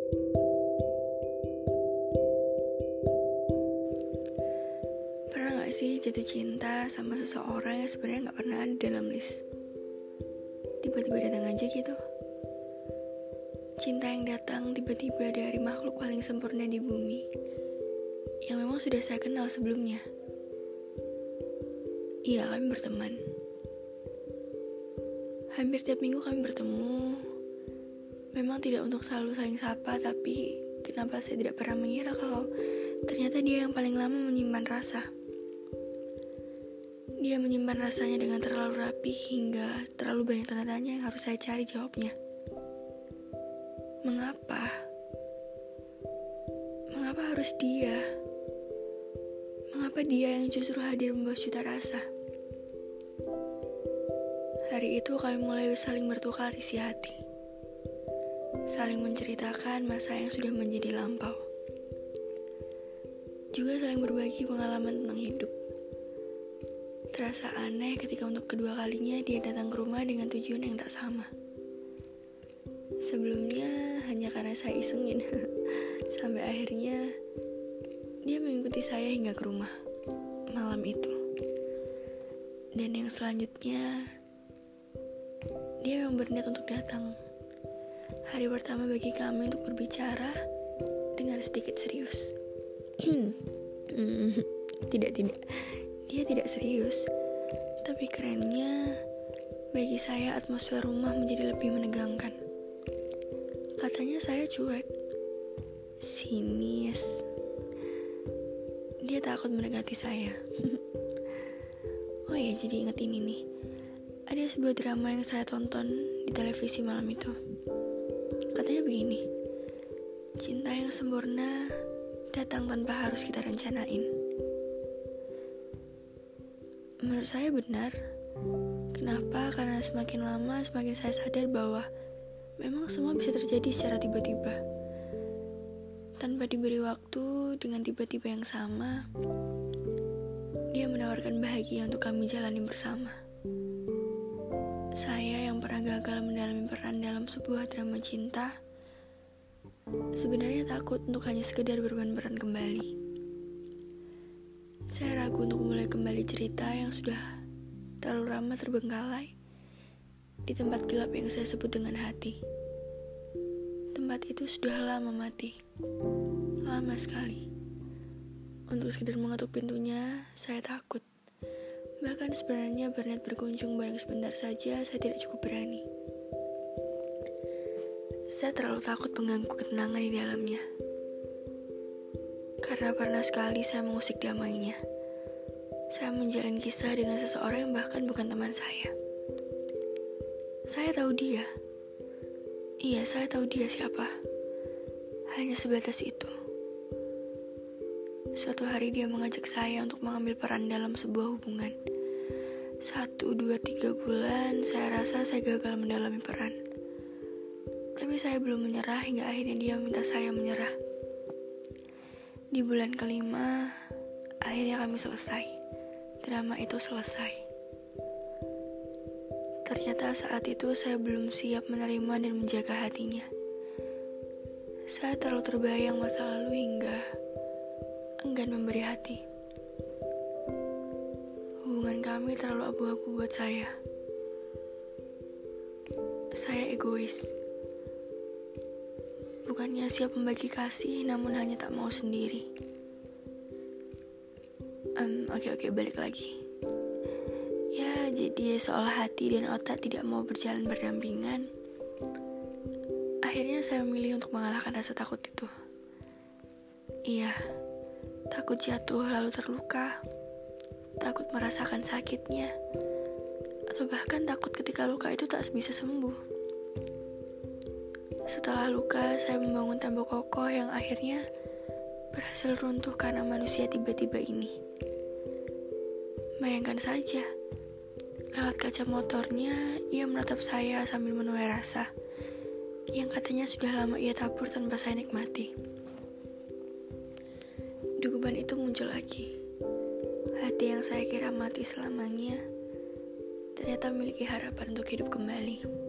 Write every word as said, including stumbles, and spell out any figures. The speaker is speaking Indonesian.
Pernah gak sih jatuh cinta sama seseorang yang sebenarnya gak pernah ada dalam list? Tiba-tiba datang aja gitu. Cinta yang datang tiba-tiba dari makhluk paling sempurna di bumi, yang memang sudah saya kenal sebelumnya. Iya, kami berteman. Hampir tiap minggu kami bertemu. Memang tidak untuk selalu saling sapa, tapi kenapa saya tidak pernah mengira kalau ternyata dia yang paling lama menyimpan rasa. Dia menyimpan rasanya dengan terlalu rapi hingga terlalu banyak tanda tanya yang harus saya cari jawabnya. Mengapa? Mengapa harus dia? Mengapa dia yang justru hadir membawa juta rasa? Hari itu kami mulai saling bertukar isi hati. Saling menceritakan masa yang sudah menjadi lampau. Juga saling berbagi pengalaman tentang hidup. Terasa aneh ketika untuk kedua kalinya dia datang ke rumah dengan tujuan yang tak sama. Sebelumnya hanya karena saya isengin. Sampai akhirnya dia mengikuti saya hingga ke rumah malam itu. Dan yang selanjutnya dia memang berniat untuk datang. Hari pertama bagi kami untuk berbicara dengan sedikit serius. Tidak, tidak. Dia tidak serius. Tapi kerennya, bagi saya atmosfer rumah menjadi lebih menegangkan. Katanya saya cuek, sinis. Dia takut mendekati saya. Oh ya, jadi ingat ini nih. Ada sebuah drama yang saya tonton di televisi malam itu. Katanya begini, cinta yang sempurna datang tanpa harus kita rencanain. Menurut saya benar. Kenapa? Karena semakin lama semakin saya sadar bahwa memang semua bisa terjadi secara tiba-tiba. Tanpa diberi waktu, dengan tiba-tiba yang sama, dia menawarkan bahagia untuk kami jalani bersama. Saya yang pernah gagal mendalami peran dalam sebuah drama cinta, sebenarnya takut untuk hanya sekedar bermain peran kembali. Saya ragu untuk mulai kembali cerita yang sudah terlalu lama terbengkalai di tempat gelap yang saya sebut dengan hati. Tempat itu sudah lama mati, lama sekali. Untuk sekedar mengetuk pintunya, saya takut. Bahkan sebenarnya berniat berkunjung bareng sebentar saja, saya tidak cukup berani. Saya terlalu takut mengganggu ketenangan di dalamnya. Karena pernah sekali saya mengusik damainya. Saya menjalin kisah dengan seseorang yang bahkan bukan teman saya. Saya tahu dia. Iya, saya tahu dia siapa. Hanya sebatas itu. Suatu hari dia mengajak saya untuk mengambil peran dalam sebuah hubungan. Satu, dua, tiga bulan, saya rasa saya gagal mendalami peran. Tapi saya belum menyerah hingga akhirnya dia meminta saya menyerah. Di bulan kelima, akhirnya kami selesai. Drama itu selesai. Ternyata saat itu saya belum siap menerima dan menjaga hatinya. Saya terlalu terbayang masa lalu hingga enggan memberi hati. Hubungan kami terlalu abu-abu buat saya. Saya egois. Bukannya siap membagi kasih, namun hanya tak mau sendiri. Um, oke oke balik lagi. Ya, jadi soal hati dan otak tidak mau berjalan berdampingan. Akhirnya saya memilih untuk mengalahkan rasa takut itu. Iya, takut jatuh lalu terluka, takut merasakan sakitnya, atau bahkan takut ketika luka itu tak bisa sembuh. Setelah luka, saya membangun tembok kokoh yang akhirnya berhasil runtuh karena manusia tiba-tiba ini. Bayangkan saja, lewat kaca motornya, ia menatap saya sambil menuai rasa yang katanya sudah lama ia tabur tanpa saya nikmati. Dugaan itu muncul lagi. Hati yang saya kira mati selamanya, ternyata memiliki harapan untuk hidup kembali.